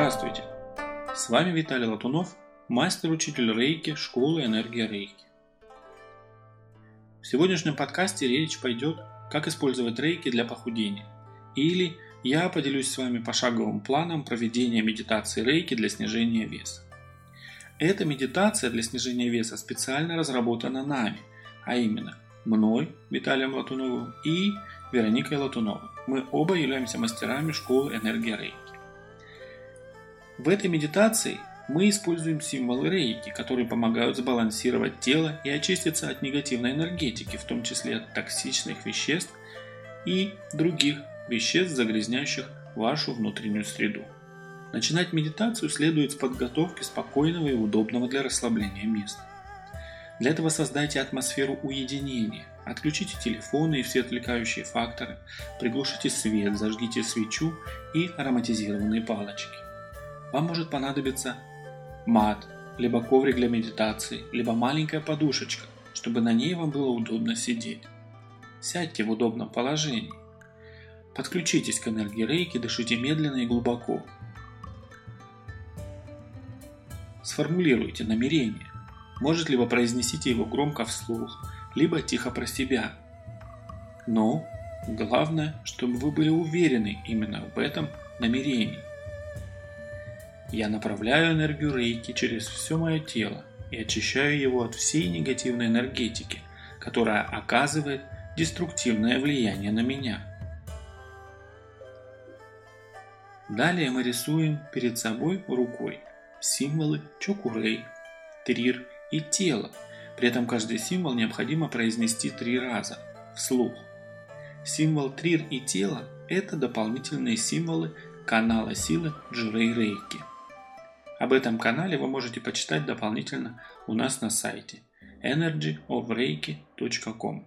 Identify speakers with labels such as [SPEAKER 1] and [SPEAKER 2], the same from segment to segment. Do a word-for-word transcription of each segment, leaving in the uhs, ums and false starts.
[SPEAKER 1] Здравствуйте! С вами Виталий Латунов, мастер-учитель рейки школы Энергия Рейки. В сегодняшнем подкасте речь пойдет, как использовать рейки для похудения. Или я поделюсь с вами пошаговым планом проведения медитации рейки для снижения веса. Эта медитация для снижения веса специально разработана нами, а именно мной, Виталием Латуновым, и Вероникой Латуновой. Мы оба являемся мастерами школы Энергия Рейки. В этой медитации мы используем символы рейки, которые помогают сбалансировать тело и очиститься от негативной энергетики, в том числе от токсичных веществ и других веществ, загрязняющих вашу внутреннюю среду. Начинать медитацию следует с подготовки спокойного и удобного для расслабления места. Для этого создайте атмосферу уединения. Отключите телефоны и все отвлекающие факторы, приглушите свет, зажгите свечу и ароматизированные палочки. Вам может понадобиться мат, либо коврик для медитации, либо маленькая подушечка, чтобы на ней вам было удобно сидеть. Сядьте в удобном положении. Подключитесь к энергии рейки, дышите медленно и глубоко. Сформулируйте намерение. Может, либо произнесите его громко вслух, либо тихо про себя. Но главное, чтобы вы были уверены именно в этом намерении. Я направляю энергию рейки через все мое тело и очищаю его от всей негативной энергетики, которая оказывает деструктивное влияние на меня. Далее мы рисуем перед собой рукой символы чокурей, трир и тело. При этом каждый символ необходимо произнести три раза вслух. Символ трир и тело – это дополнительные символы канала силы Джурей Рейки. Об этом канале вы можете почитать дополнительно у нас на сайте энерджи оф рейки точка ком.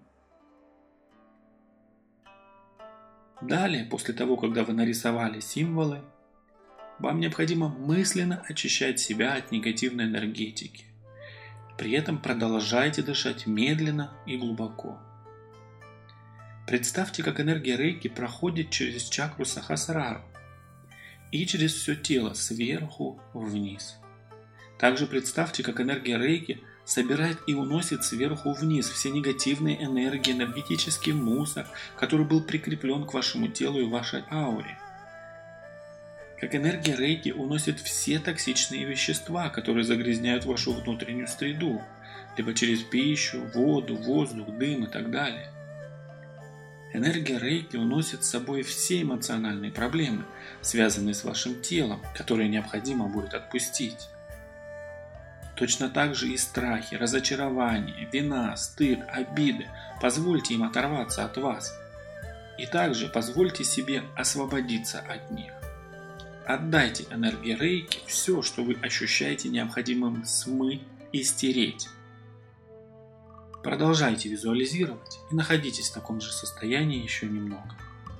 [SPEAKER 1] Далее, после того, когда вы нарисовали символы, вам необходимо мысленно очищать себя от негативной энергетики. При этом продолжайте дышать медленно и глубоко. Представьте, как энергия рейки проходит через чакру Сахасрару и через все тело сверху вниз. Также представьте, как энергия рейки собирает и уносит сверху вниз все негативные энергии, энергетический мусор, который был прикреплен к вашему телу и вашей ауре. Как энергия рейки уносит все токсичные вещества, которые загрязняют вашу внутреннюю среду, либо через пищу, воду, воздух, дым и так далее. Энергия рейки уносит с собой все эмоциональные проблемы, связанные с вашим телом, которые необходимо будет отпустить. Точно так же и страхи, разочарования, вина, стыд, обиды. Позвольте им оторваться от вас. И также позвольте себе освободиться от них. Отдайте энергии рейки все, что вы ощущаете необходимым смыть и стереть. Продолжайте визуализировать и находитесь в таком же состоянии еще немного.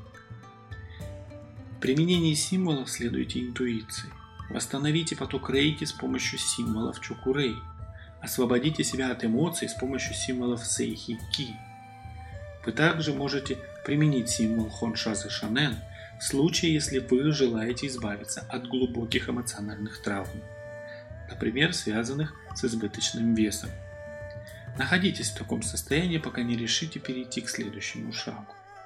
[SPEAKER 1] В применении символов следуйте интуиции. Восстановите поток рейки с помощью символов чокурей. Освободите себя от эмоций с помощью символов сейхи-ки. Вы также можете применить символ Хоншазы-шанен в случае, если вы желаете избавиться от глубоких эмоциональных травм, например, связанных с избыточным весом. Находитесь в таком состоянии, пока не решите перейти к следующему шагу.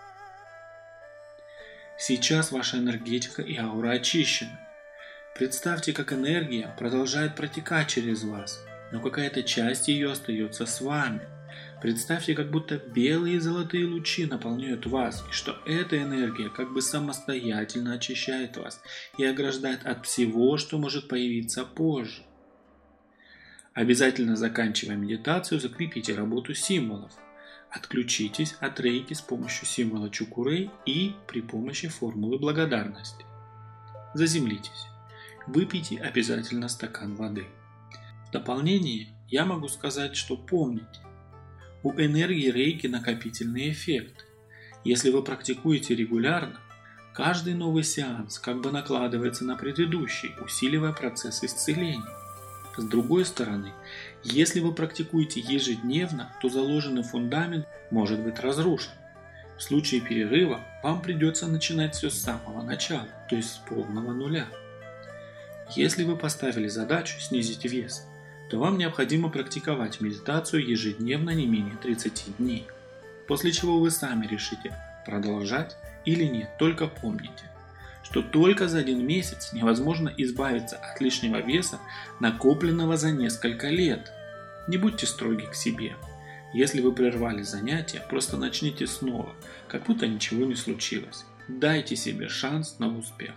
[SPEAKER 1] Сейчас ваша энергетика и аура очищены. Представьте, как энергия продолжает протекать через вас, но какая-то часть ее остается с вами. Представьте, как будто белые и золотые лучи наполняют вас, и что эта энергия как бы самостоятельно очищает вас и ограждает от всего, что может появиться позже. Обязательно, заканчивая медитацию, закрепите работу символов. Отключитесь от рейки с помощью символа чокурей и при помощи формулы благодарности. Заземлитесь. Выпейте обязательно стакан воды. В дополнение я могу сказать, что помните, у энергии рейки накопительный эффект. Если вы практикуете регулярно, каждый новый сеанс как бы накладывается на предыдущий, усиливая процесс исцеления. С другой стороны, если вы практикуете ежедневно, то заложенный фундамент может быть разрушен. В случае перерыва вам придется начинать все с самого начала, то есть с полного нуля. Если вы поставили задачу снизить вес, то вам необходимо практиковать медитацию ежедневно не менее тридцати дней, после чего вы сами решите, продолжать или нет. Только помните, что только за один месяц невозможно избавиться от лишнего веса, накопленного за несколько лет. Не будьте строги к себе. Если вы прервали занятия, просто начните снова, как будто ничего не случилось. Дайте себе шанс на успех.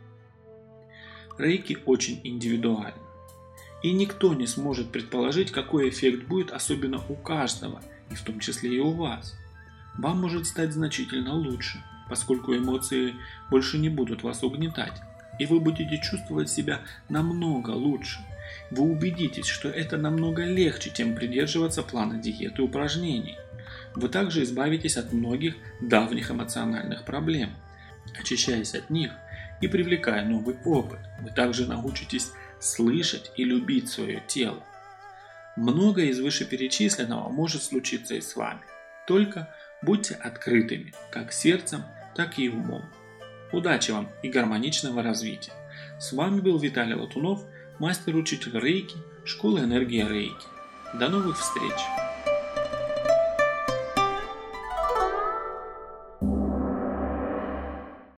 [SPEAKER 1] Рейки очень индивидуально. И никто не сможет предположить, какой эффект будет, особенно у каждого, и в том числе и у вас. Вам может стать значительно лучше, поскольку эмоции больше не будут вас угнетать, и вы будете чувствовать себя намного лучше. Вы убедитесь, что это намного легче, чем придерживаться плана диеты и упражнений. Вы также избавитесь от многих давних эмоциональных проблем. Очищаясь от них и привлекая новый опыт, вы также научитесь слышать и любить свое тело. Многое из вышеперечисленного может случиться и с вами. Только будьте открытыми, как сердцем, так и умом. Удачи вам и гармоничного развития. С вами был Виталий Латунов, мастер-учитель рейки, школы энергии рейки. До новых встреч!